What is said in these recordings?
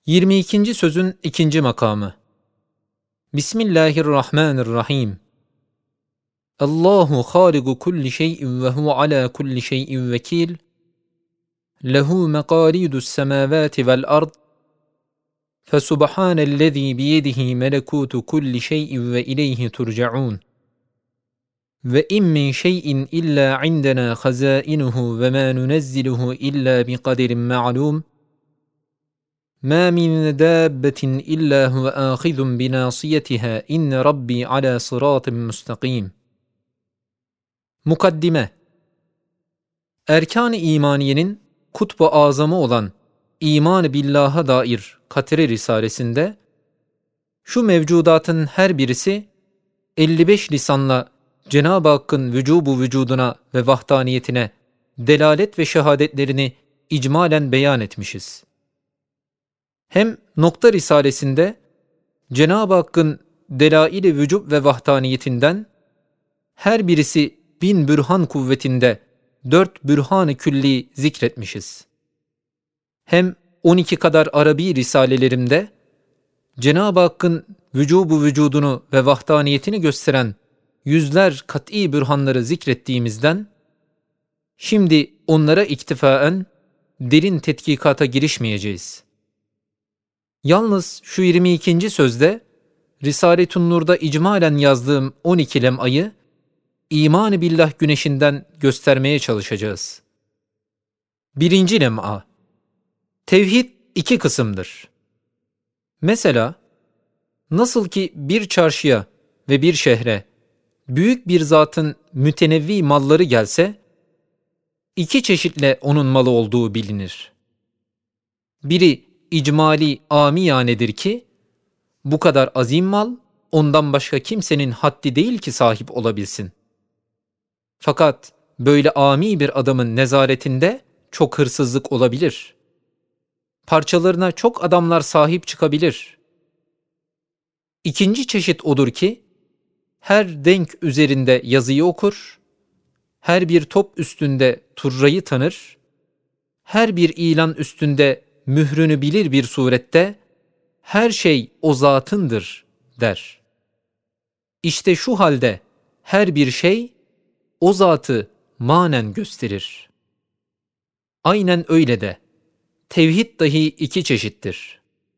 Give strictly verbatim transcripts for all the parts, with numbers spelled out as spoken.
yirmi ikinci sözün ikinci makamı. Bismillahirrahmanirrahim. Allahu haliku kulli şeyin ve huve ala kulli şeyin vekil. Lehu meqalidus semavati vel ard. Fesubhanellezî biyedihi melekutu kulli şeyin ve ileyhi turcaun. Ve in min şeyin illa indena hazainuhu ve ma nunezziluhu illa bi kaderin ma'lum. مَا مِنْ دَابَّةٍ إِلَّا هُوَ آخِذٌ بِنَاصِيَتِهَا اِنَّ رَبِّي عَلَى صِرَاطٍ مُسْتَقِيمٍ. Mukaddime. Erkan-ı imaniyenin kutbu azamı olan iman-ı billah'a dair Katre Risalesinde şu mevcudatın her birisi elli beş lisanla Cenab-ı Hakk'ın vücubu vücuduna ve vahdaniyetine delalet ve şehadetlerini icmalen beyan etmişiz. Hem Nokta Risalesinde Cenab-ı Hakk'ın delail-i vücub ve vahdaniyetinden her birisi bin bürhan kuvvetinde dört bürhan-ı külli zikretmişiz. Hem on iki kadar Arabi risalelerimde Cenab-ı Hakk'ın vücubu vücudunu ve vahdaniyetini gösteren yüzler kat'i bürhanları zikrettiğimizden şimdi onlara iktifaen derin tetkikata girişmeyeceğiz. Yalnız şu yirmi ikinci sözde Risaletün Nur'da icmalen yazdığım on iki lem'ayı İman-ı Billah güneşinden göstermeye çalışacağız. Birinci lem'a. Tevhid iki kısımdır. Mesela nasıl ki bir çarşıya ve bir şehre büyük bir zatın mütenevvi malları gelse iki çeşitle onun malı olduğu bilinir. Biri İcmali amiyanedir ki, bu kadar azim mal, ondan başka kimsenin haddi değil ki sahip olabilsin. Fakat böyle ami bir adamın nezaretinde çok hırsızlık olabilir. Parçalarına çok adamlar sahip çıkabilir. İkinci çeşit odur ki, her denk üzerinde yazıyı okur, her bir top üstünde turrayı tanır, her bir ilan üstünde mührünü bilir bir surette, her şey o zatındır der. İşte şu halde her bir şey o zatı manen gösterir. Aynen öyle de tevhid dahi iki çeşittir.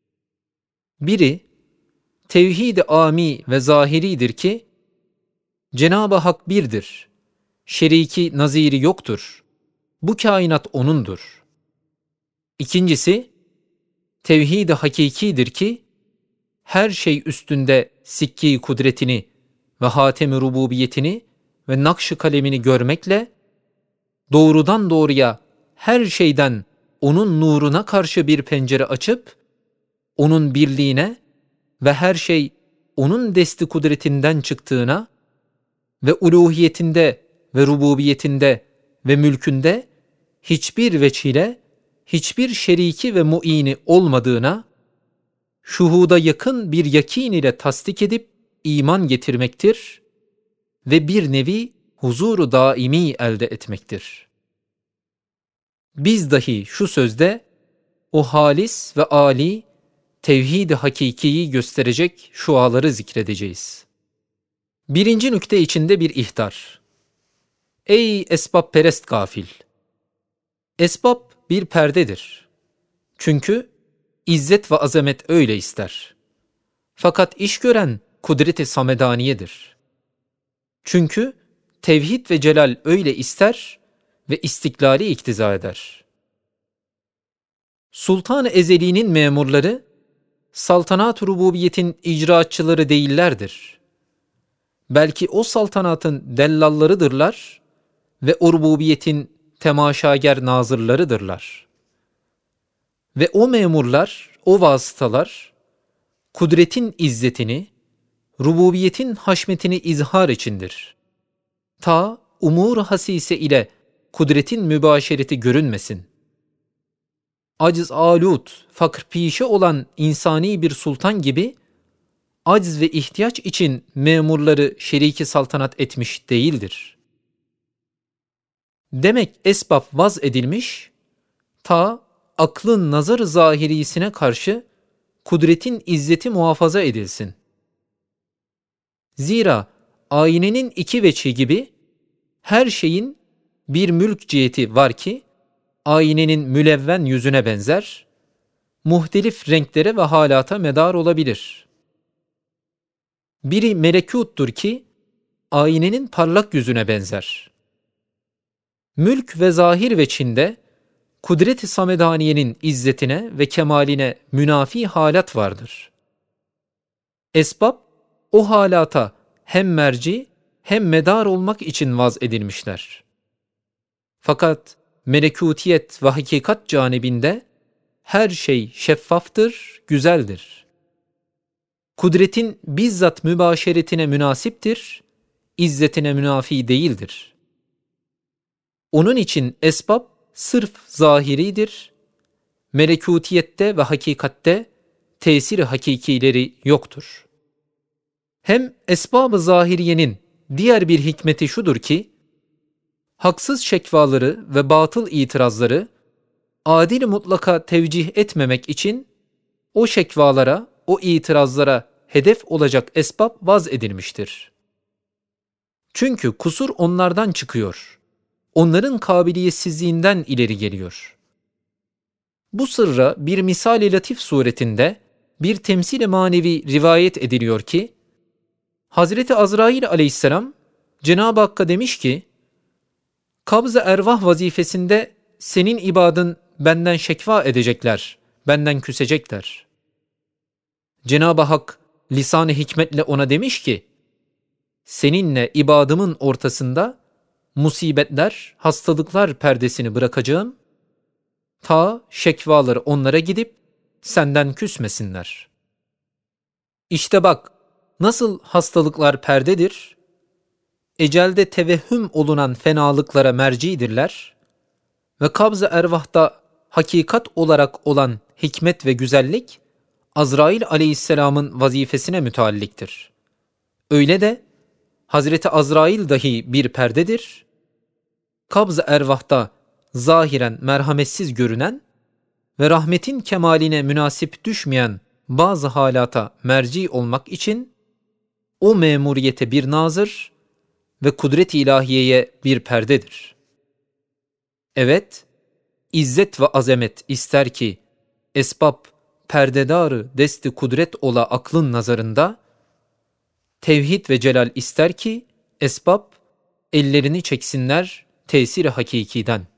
Biri tevhid-i ami ve zahiridir ki Cenab-ı Hak birdir, şeriki naziri yoktur, bu kainat O'nundur. İkincisi, tevhid-i hakikidir ki, her şey üstünde sikki kudretini ve hatem-i rububiyetini ve nakş-ı kalemini görmekle, doğrudan doğruya her şeyden onun nuruna karşı bir pencere açıp, onun birliğine ve her şey onun desti kudretinden çıktığına ve uluhiyetinde ve rububiyetinde ve mülkünde hiçbir veçile, hiçbir şeriki ve muini olmadığına, şuhuda yakın bir yakin ile tasdik edip iman getirmektir ve bir nevi huzuru daimi elde etmektir. Biz dahi şu sözde o halis ve âli tevhid-i hakikiyi gösterecek şuaları zikredeceğiz. Birinci nükte içinde bir ihtar. Ey esbab perest gafil! Esbab bir perdedir. Çünkü izzet ve azamet öyle ister. Fakat iş gören kudret-i samedaniyedir. Çünkü tevhid ve celal öyle ister ve istiklali iktiza eder. Sultan-ı Ezeli'nin memurları, saltanat-ı rububiyetin icraatçıları değillerdir. Belki o saltanatın dellallarıdırlar ve o rububiyetin temaşager nazırlarıdırlar. Ve o memurlar, o vasıtalar, kudretin izzetini, rububiyetin haşmetini izhar içindir. Ta umur hasise ile kudretin mübaşereti görünmesin. Aciz alut, fakr pişe olan insani bir sultan gibi, aciz ve ihtiyaç için memurları şeriki saltanat etmiş değildir. Demek esbab vaz edilmiş, ta aklın nazar-ı zahirisine karşı kudretin izzeti muhafaza edilsin. Zira aynenin iki veçhi gibi her şeyin bir mülk ciheti var ki aynenin mülevven yüzüne benzer, muhtelif renklere ve halata medar olabilir. Biri melekûttur ki aynenin parlak yüzüne benzer. Mülk ve zahir veçhinde kudret-i samedaniyenin izzetine ve kemaline münafi halat vardır. Esbab o halata hem merci hem medar olmak için vaz edilmişler. Fakat melekutiyet ve hakikat canibinde her şey şeffaftır, güzeldir. Kudretin bizzat mübaşeretine münasiptir, izzetine münafi değildir. Onun için esbab sırf zahiridir, melekutiyette ve hakikatte tesiri hakikileri yoktur. Hem esbab-ı zahiriyenin diğer bir hikmeti şudur ki, haksız şekvaları ve batıl itirazları adil mutlaka tevcih etmemek için o şekvalara, o itirazlara hedef olacak esbab vaz edilmiştir. Çünkü kusur onlardan çıkıyor, onların kabiliyetsizliğinden ileri geliyor. Bu sırra bir misal-i latif suretinde bir temsil-i manevi rivayet ediliyor ki, Hazreti Azrail aleyhisselam Cenab-ı Hakk'a demiş ki, kabz-ı ervah vazifesinde senin ibadın benden şekva edecekler, benden küsecekler. Cenab-ı Hak lisan-ı hikmetle ona demiş ki, seninle ibadımın ortasında musibetler, hastalıklar perdesini bırakacağım, ta şekvaları onlara gidip senden küsmesinler. İşte bak, nasıl hastalıklar perdedir, ecelde tevehhüm olunan fenalıklara mercidirler ve kabz-ı ervahta hakikat olarak olan hikmet ve güzellik, Azrail aleyhisselamın vazifesine mütealliktir. Öyle de Hazreti Azrail dahi bir perdedir, kabz-ı ervahta zahiren merhametsiz görünen ve rahmetin kemaline münasip düşmeyen bazı halata merci olmak için o memuriyete bir nazır ve kudret-i ilahiyeye bir perdedir. Evet, izzet ve azamet ister ki esbab perdedarı desti kudret ola aklın nazarında, tevhid ve celal ister ki esbab ellerini çeksinler tesir-i hakikiden.